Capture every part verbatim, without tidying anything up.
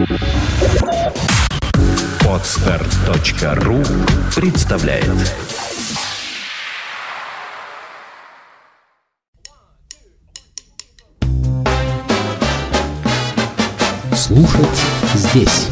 Подстер точка ру представляет. Слушать здесь.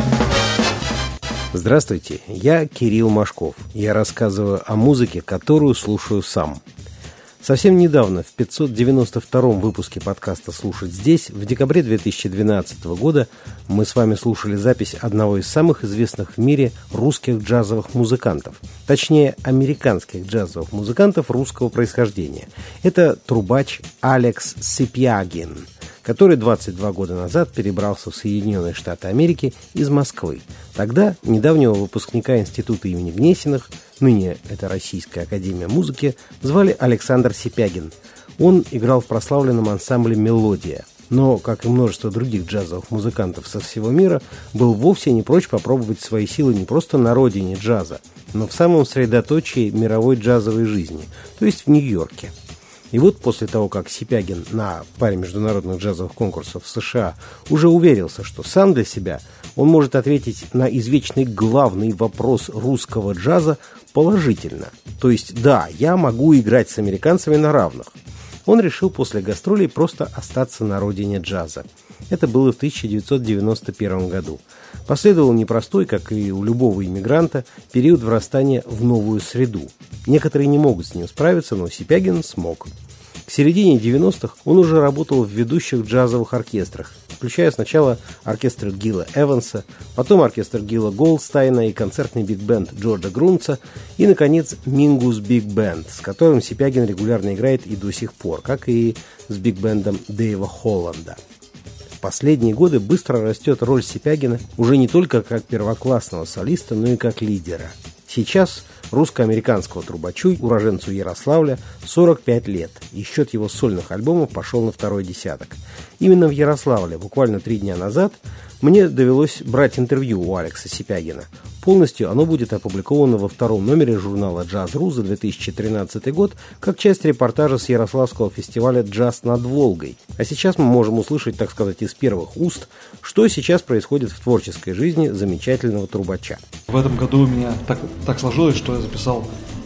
Здравствуйте, я Кирилл Машков. Я рассказываю о музыке, которую слушаю сам. Совсем недавно, в пятьсот девяносто втором выпуске подкаста «Слушать здесь», в декабре две тысячи двенадцатого года, мы с вами слушали запись одного из самых известных в мире русских джазовых музыкантов. Точнее, американских джазовых музыкантов русского происхождения. Это трубач Алекс Сипягин, который двадцать два года назад перебрался в Соединенные Штаты Америки из Москвы. Тогда недавнего выпускника Института имени Гнесиных, ныне это Российская академия музыки, звали Александр Сипягин. Он играл в прославленном ансамбле «Мелодия», но, как и множество других джазовых музыкантов со всего мира, был вовсе не прочь попробовать свои силы не просто на родине джаза, но в самом средоточии мировой джазовой жизни, то есть в Нью-Йорке. И вот после того, как Сипягин на паре международных джазовых конкурсов в США уже уверился, что сам для себя он может ответить на извечный главный вопрос русского джаза положительно. То есть, да, я могу играть с американцами на равных. Он решил после гастролей просто остаться на родине джаза. Это было в тысяча девятьсот девяносто первом году. Последовал непростой, как и у любого иммигранта, период врастания в новую среду. Некоторые не могут с ним справиться, но Сипягин смог. К середине девяностых он уже работал в ведущих джазовых оркестрах, включая сначала оркестр Гила Эванса, потом оркестр Гила Голдстайна и концертный биг-бенд Джорджа Грунца, и, наконец, Мингус Биг-бенд, с которым Сипягин регулярно играет и до сих пор, как и с биг-бендом Дэйва Холланда. В последние годы быстро растет роль Сипягина уже не только как первоклассного солиста, но и как лидера. Сейчас русско-американского трубачу, уроженцу Ярославля, сорок пять лет, и счет его сольных альбомов пошел на второй десяток. Именно в Ярославле буквально три дня назад мне довелось брать интервью у Алекса Сипягина. Полностью оно будет опубликовано во втором номере журнала «Джаз.ру» за две тысячи тринадцатый год, как часть репортажа с Ярославского фестиваля «Джаз над Волгой». А сейчас мы можем услышать, так сказать, из первых уст, что сейчас происходит в творческой жизни замечательного трубача. В этом году у меня так, так сложилось, что я записал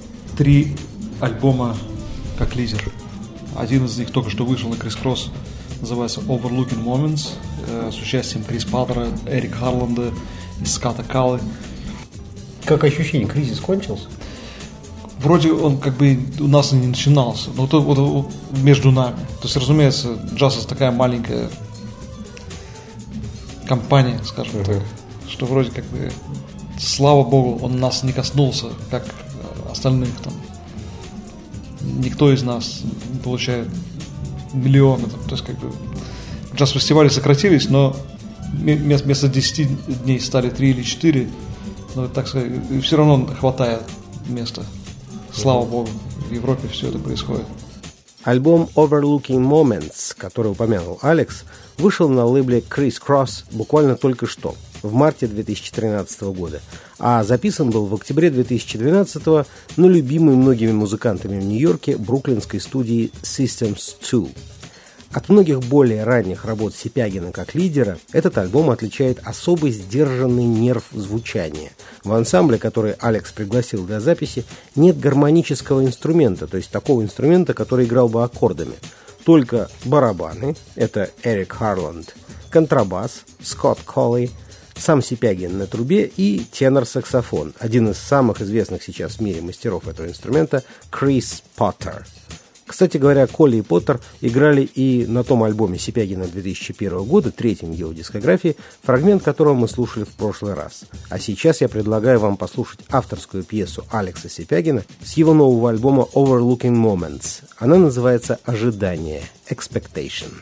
три альбома как лидер. Один из них только что вышел на Крис Кросс, называется «Overlooking Moments», э, с участием Крис Паттера, Эрика Харланда и Скотта Каллы. Как ощущение, кризис кончился? Вроде он как бы у нас и не начинался, но вот, вот, вот между нами. То есть, разумеется, джаз это такая маленькая компания, скажем uh-huh. так, что вроде как бы, слава богу, он нас не коснулся, как остальных там. Никто из нас не получает миллионы. Там, то есть, как бы, джаз-фестивали сократились, но вместо десяти дней стали три или четыре. Но, так сказать, все равно хватает места. Слава Богу, в Европе все это происходит. Альбом «Overlooking Moments», который упомянул Алекс, вышел на лейбле Крис Кросс буквально только что, в марте две тысячи тринадцатого года, а записан был в октябре две тысячи двенадцатого на любимой многими музыкантами в Нью-Йорке бруклинской студии Systems два. От многих более ранних работ Сипягина как лидера этот альбом отличает особый сдержанный нерв звучания. В ансамбле, который Алекс пригласил для записи, нет гармонического инструмента, то есть такого инструмента, который играл бы аккордами. Только барабаны, это Эрик Харланд, контрабас, Скотт Колли, сам Сипягин на трубе и тенор-саксофон, один из самых известных сейчас в мире мастеров этого инструмента, Крис Паттер. Кстати говоря, Колли и Поттер играли и на том альбоме Сипягина две тысячи первого года, третьем его дискографии, фрагмент которого мы слушали в прошлый раз. А сейчас я предлагаю вам послушать авторскую пьесу Алекса Сипягина с его нового альбома «Overlooking Moments». Она называется «Ожидание» – «Expectation».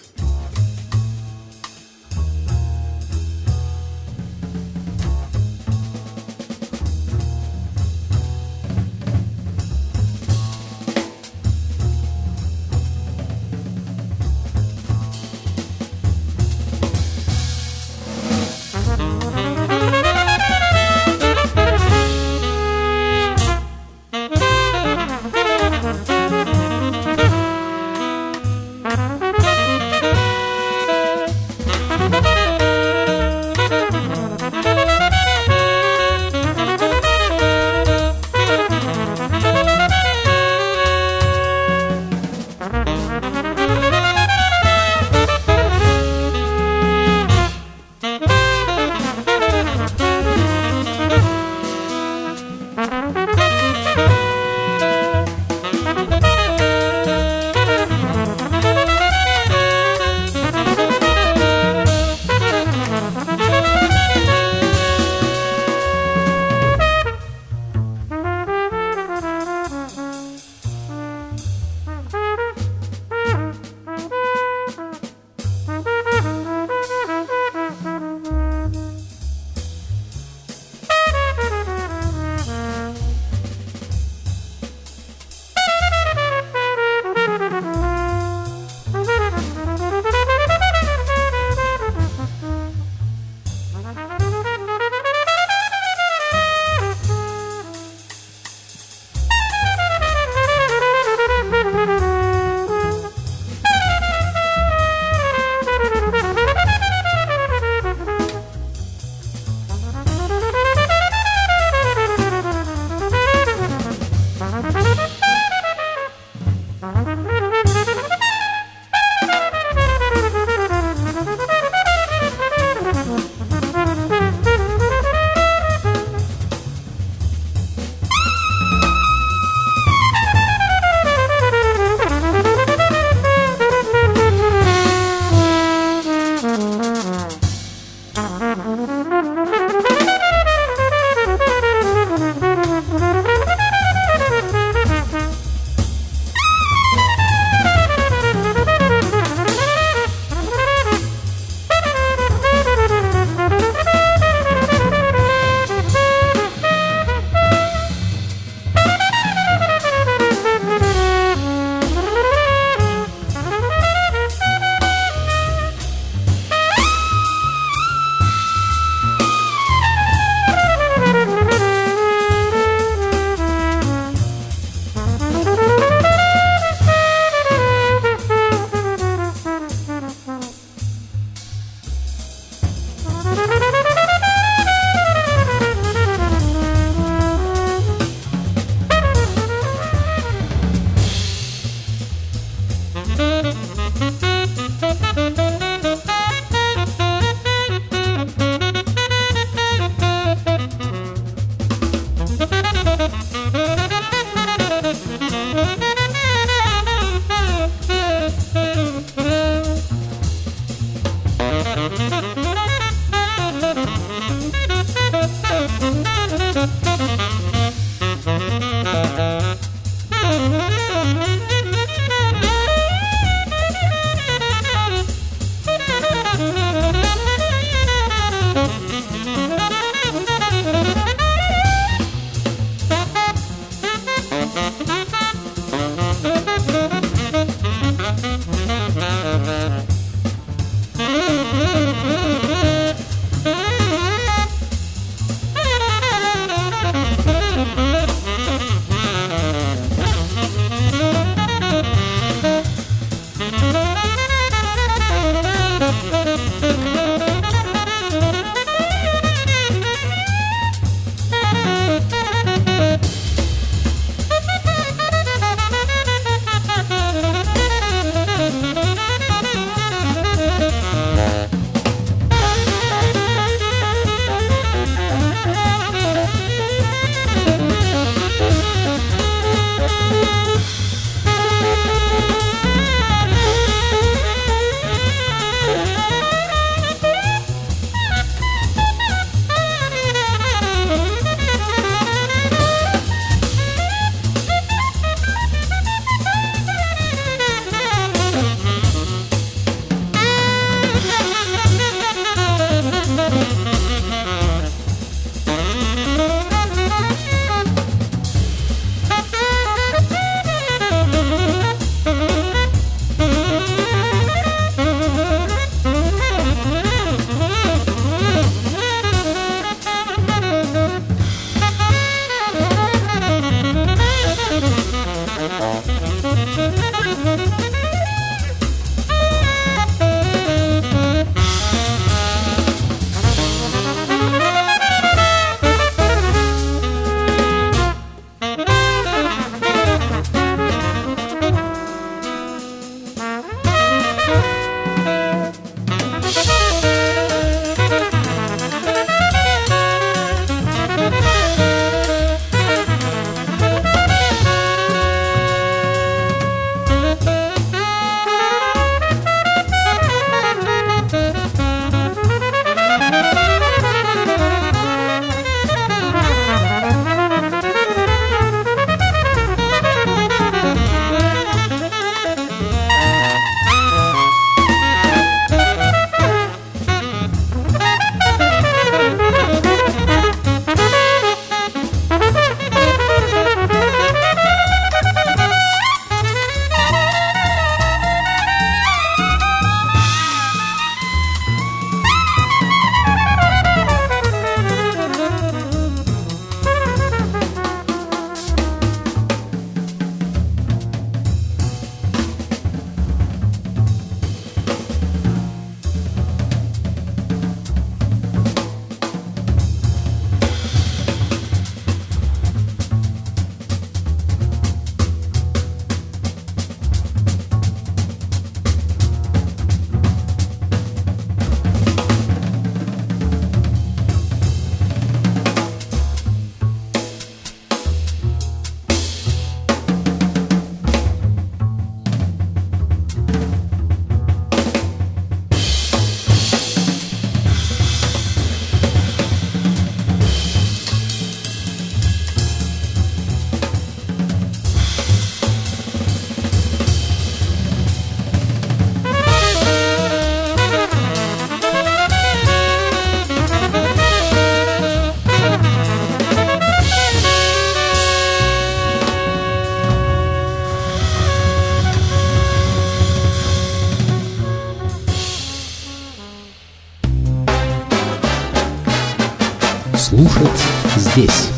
Слушать здесь.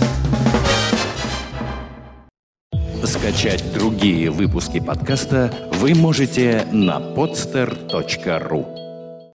Скачать другие выпуски подкаста вы можете на podster точка ру.